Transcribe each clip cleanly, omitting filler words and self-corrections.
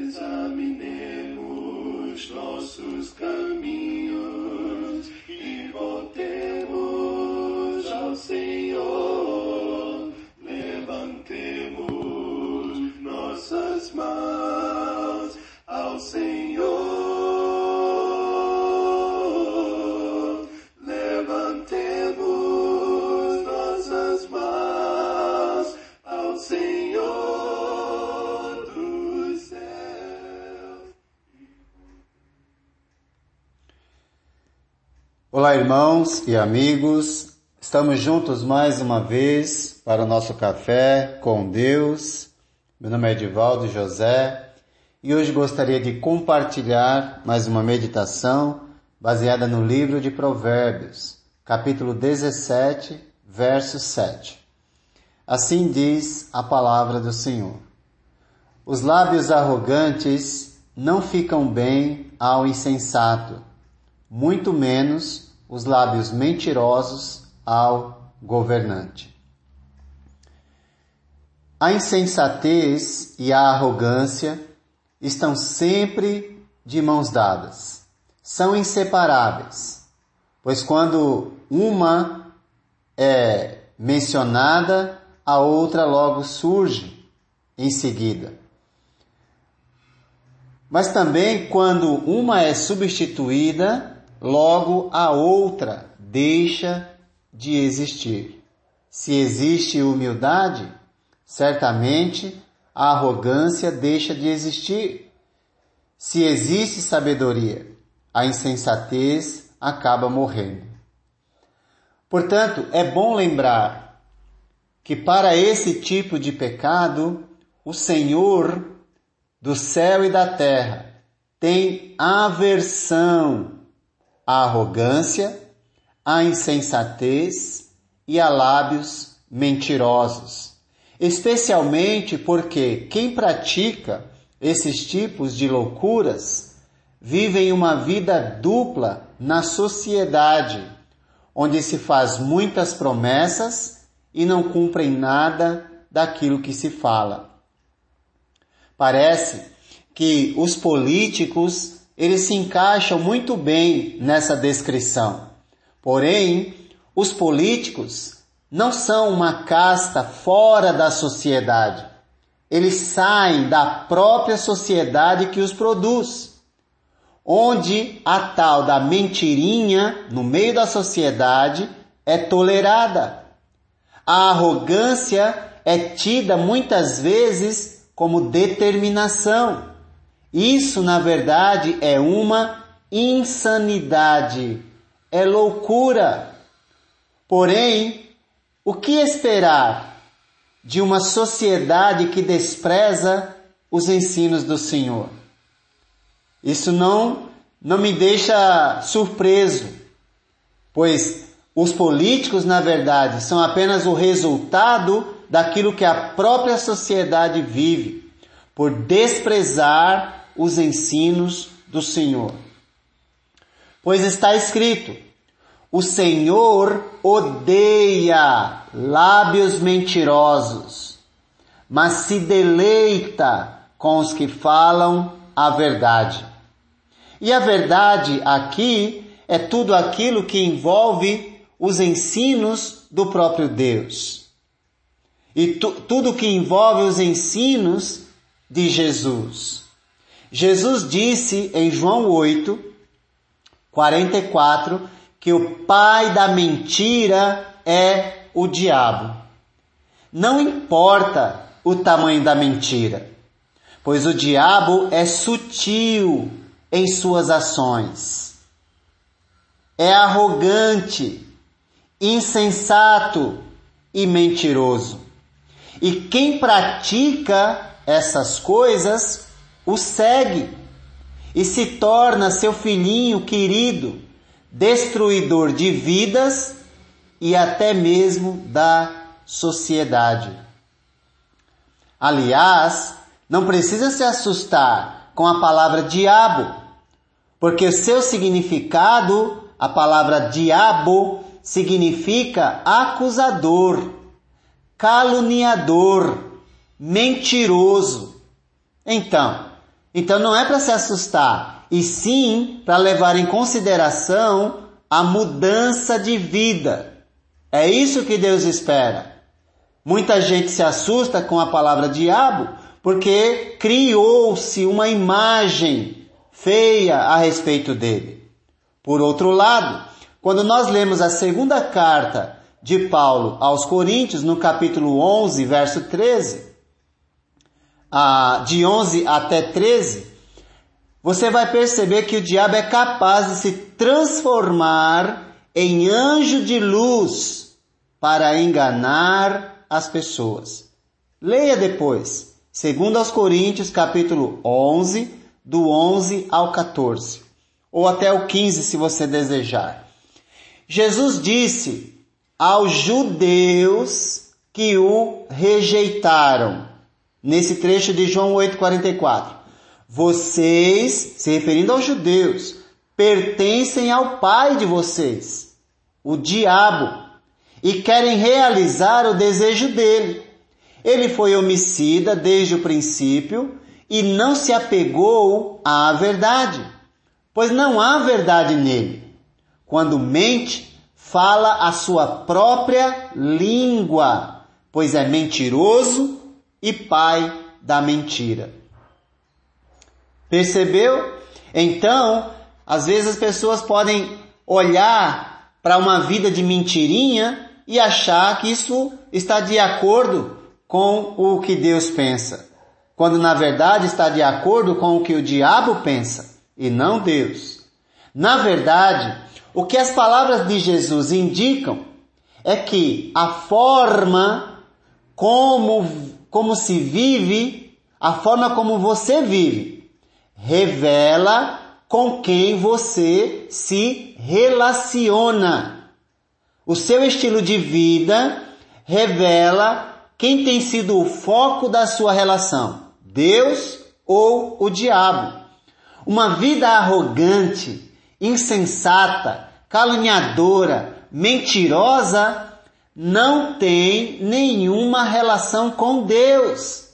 examinemos nossos caminhos e voltemos ao Senhor. Levantemos nossas mãos ao Senhor. Levantemos nossas mãos ao Senhor dos céus. Olá, irmãos e amigos. Estamos juntos mais uma vez para o nosso café com Deus. Meu nome é Edivaldo José e hoje gostaria de compartilhar mais uma meditação baseada no livro de Provérbios, capítulo 17, verso 7. Assim diz a palavra do Senhor: os lábios arrogantes não ficam bem ao insensato, muito menos os lábios mentirosos ao governante. A insensatez e a arrogância estão sempre de mãos dadas. São inseparáveis, pois quando uma é mencionada, a outra logo surge em seguida. Mas também quando uma é substituída, logo a outra deixa de existir. Se existe humildade, certamente a arrogância deixa de existir. Se existe sabedoria, a insensatez acaba morrendo. Portanto, é bom lembrar que para esse tipo de pecado, o Senhor do céu e da terra tem aversão à arrogância, à insensatez e a lábios mentirosos. Especialmente porque quem pratica esses tipos de loucuras vivem uma vida dupla na sociedade, onde se faz muitas promessas e não cumprem nada daquilo que se fala. Parece que os políticos, eles se encaixam muito bem nessa descrição. Porém, os políticos não são uma casta fora da sociedade. Eles saem da própria sociedade que os produz, onde a tal da mentirinha no meio da sociedade é tolerada. A arrogância é tida muitas vezes como determinação. Isso, na verdade, é uma insanidade, é loucura. Porém, o que esperar de uma sociedade que despreza os ensinos do Senhor? Isso não me deixa surpreso, pois os políticos, na verdade, são apenas o resultado daquilo que a própria sociedade vive, por desprezar os ensinos do Senhor. Pois está escrito: o Senhor odeia lábios mentirosos, mas se deleita com os que falam a verdade. E a verdade aqui é tudo aquilo que envolve os ensinos do próprio Deus. E tudo que envolve os ensinos de Jesus. Jesus disse em João 8, 44, que o pai da mentira é o diabo. Não importa o tamanho da mentira, pois o diabo é sutil em suas ações. É arrogante, insensato e mentiroso. E quem pratica essas coisas o segue e se torna seu filhinho querido, destruidor de vidas e até mesmo da sociedade. Aliás, não precisa se assustar com a palavra diabo, porque o seu significado, a palavra diabo, significa acusador, caluniador, mentiroso. Então, Então não é para se assustar, e sim para levar em consideração a mudança de vida. É isso que Deus espera. Muita gente se assusta com a palavra diabo porque criou-se uma imagem feia a respeito dele. Por outro lado, quando nós lemos a segunda carta de Paulo aos Coríntios, no capítulo 11, verso 13, de 11 até 13, você vai perceber que o diabo é capaz de se transformar em anjo de luz para enganar as pessoas. Leia depois, 2 Coríntios, capítulo 11, do 11 ao 14, ou até o 15, se você desejar. Jesus disse aos judeus que o rejeitaram, nesse trecho de João 8,44. Vocês, se referindo aos judeus, pertencem ao pai de vocês, o diabo, e querem realizar o desejo dele. Ele foi homicida desde o princípio e não se apegou à verdade, pois não há verdade nele. Quando mente, fala a sua própria língua, pois é mentiroso e pai da mentira. Percebeu? Então, às vezes as pessoas podem olhar para uma vida de mentirinha e achar que isso está de acordo com o que Deus pensa, quando na verdade está de acordo com o que o diabo pensa e não Deus. Na verdade, o que as palavras de Jesus indicam é que a forma como se vive, a forma como você vive, revela com quem você se relaciona. O seu estilo de vida revela quem tem sido o foco da sua relação, Deus ou o diabo. Uma vida arrogante, insensata, caluniadora, mentirosa, não tem nenhuma relação com Deus.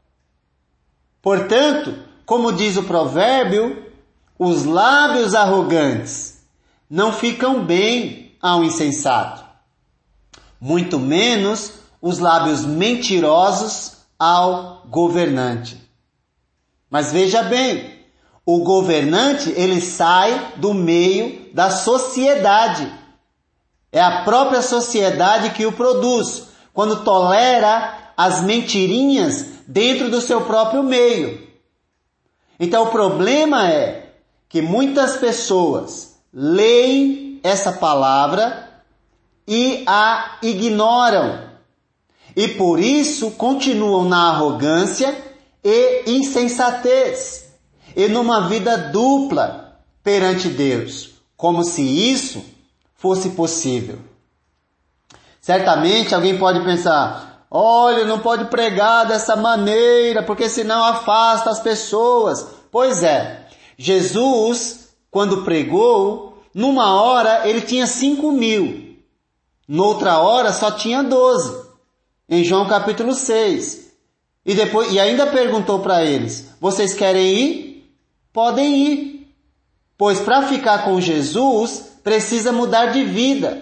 Portanto, como diz o provérbio, os lábios arrogantes não ficam bem ao insensato, muito menos os lábios mentirosos ao governante. Mas veja bem, o governante, ele sai do meio da sociedade. É a própria sociedade que o produz, quando tolera as mentirinhas dentro do seu próprio meio. Então o problema é que muitas pessoas leem essa palavra e a ignoram. E por isso continuam na arrogância e insensatez, e numa vida dupla perante Deus, como se isso fosse possível. Certamente alguém pode pensar, olha, não pode pregar dessa maneira, porque senão afasta as pessoas. Pois é, Jesus, quando pregou, numa hora ele tinha 5.000, noutra hora só tinha 12, em João capítulo 6. E ainda perguntou para eles, vocês querem ir? Podem ir. Pois para ficar com Jesus, precisa mudar de vida.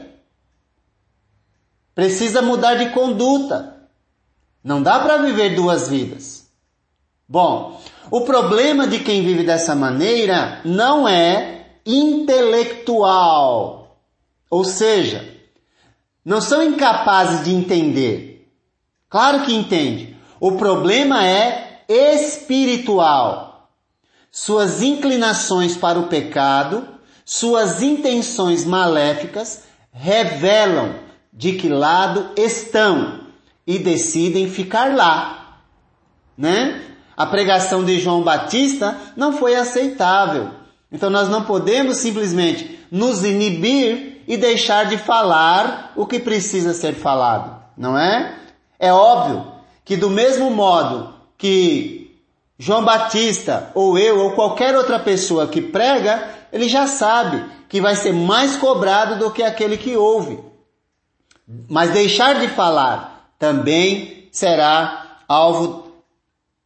Precisa mudar de conduta. Não dá para viver duas vidas. Bom, o problema de quem vive dessa maneira não é intelectual. Ou seja, não são incapazes de entender. Claro que entende. O problema é espiritual. Suas inclinações para o pecado, suas intenções maléficas revelam de que lado estão e decidem ficar lá, né? A pregação de João Batista não foi aceitável. Então nós não podemos simplesmente nos inibir e deixar de falar o que precisa ser falado, não é? É óbvio que do mesmo modo que João Batista, ou eu, ou qualquer outra pessoa que prega, ele já sabe que vai ser mais cobrado do que aquele que ouve. Mas deixar de falar também será alvo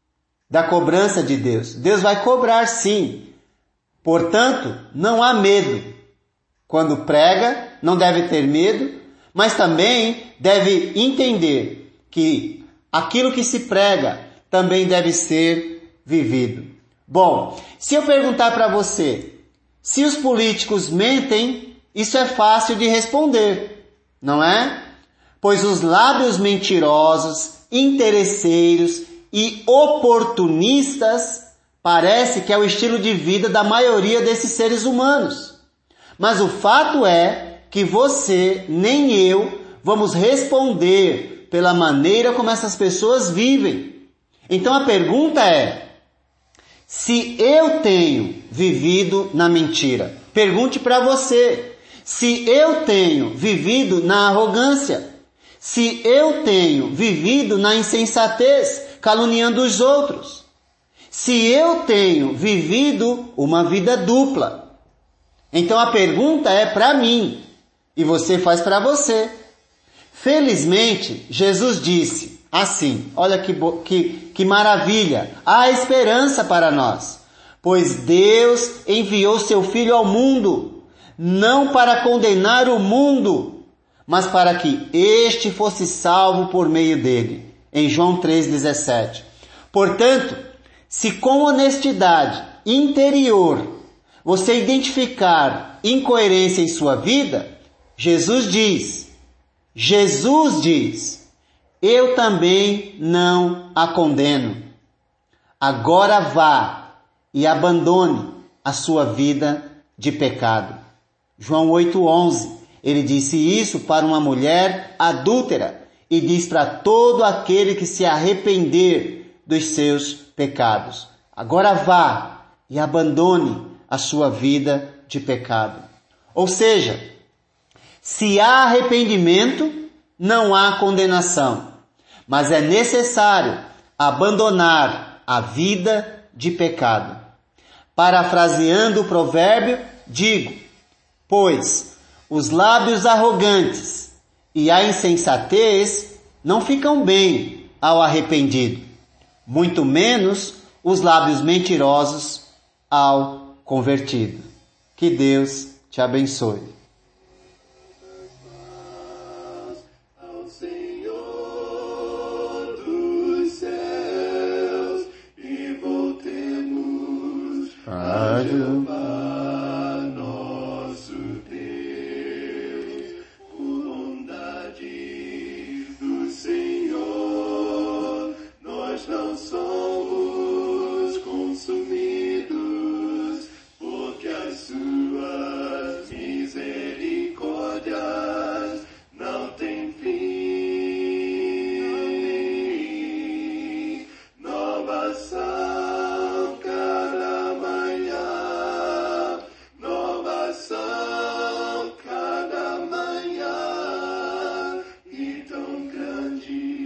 da cobrança de Deus. Deus vai cobrar sim. Portanto, não há medo. Quando prega, não deve ter medo, mas também deve entender que aquilo que se prega também deve ser vivido. Bom, se eu perguntar para você, se os políticos mentem, isso é fácil de responder, não é? Pois os lábios mentirosos, interesseiros e oportunistas parece que é o estilo de vida da maioria desses seres humanos. Mas o fato é que você, nem eu, vamos responder pela maneira como essas pessoas vivem. Então a pergunta é, se eu tenho vivido na mentira, pergunte para você, se eu tenho vivido na arrogância, se eu tenho vivido na insensatez, caluniando os outros, se eu tenho vivido uma vida dupla. Então a pergunta é para mim e você faz para você. Felizmente, Jesus disse assim, olha que maravilha, há esperança para nós, pois Deus enviou seu Filho ao mundo, não para condenar o mundo, mas para que este fosse salvo por meio dele. Em João 3,17. Portanto, se com honestidade interior você identificar incoerência em sua vida, Jesus diz, eu também não a condeno. Agora vá e abandone a sua vida de pecado. João 8,11. Ele disse isso para uma mulher adúltera e diz para todo aquele que se arrepender dos seus pecados. Agora vá e abandone a sua vida de pecado. Ou seja, se há arrependimento, não há condenação. Mas é necessário abandonar a vida de pecado. Parafraseando o provérbio, digo, pois os lábios arrogantes e a insensatez não ficam bem ao arrependido, muito menos os lábios mentirosos ao convertido. Que Deus te abençoe. Ao Senhor dos céus e voltemos a Jeová nosso Deus, por bondade do Senhor, nós não somos consumidos, porque as suas misericórdias não têm fim. Novas são cada manhã, novas são cada manhã, e tão grande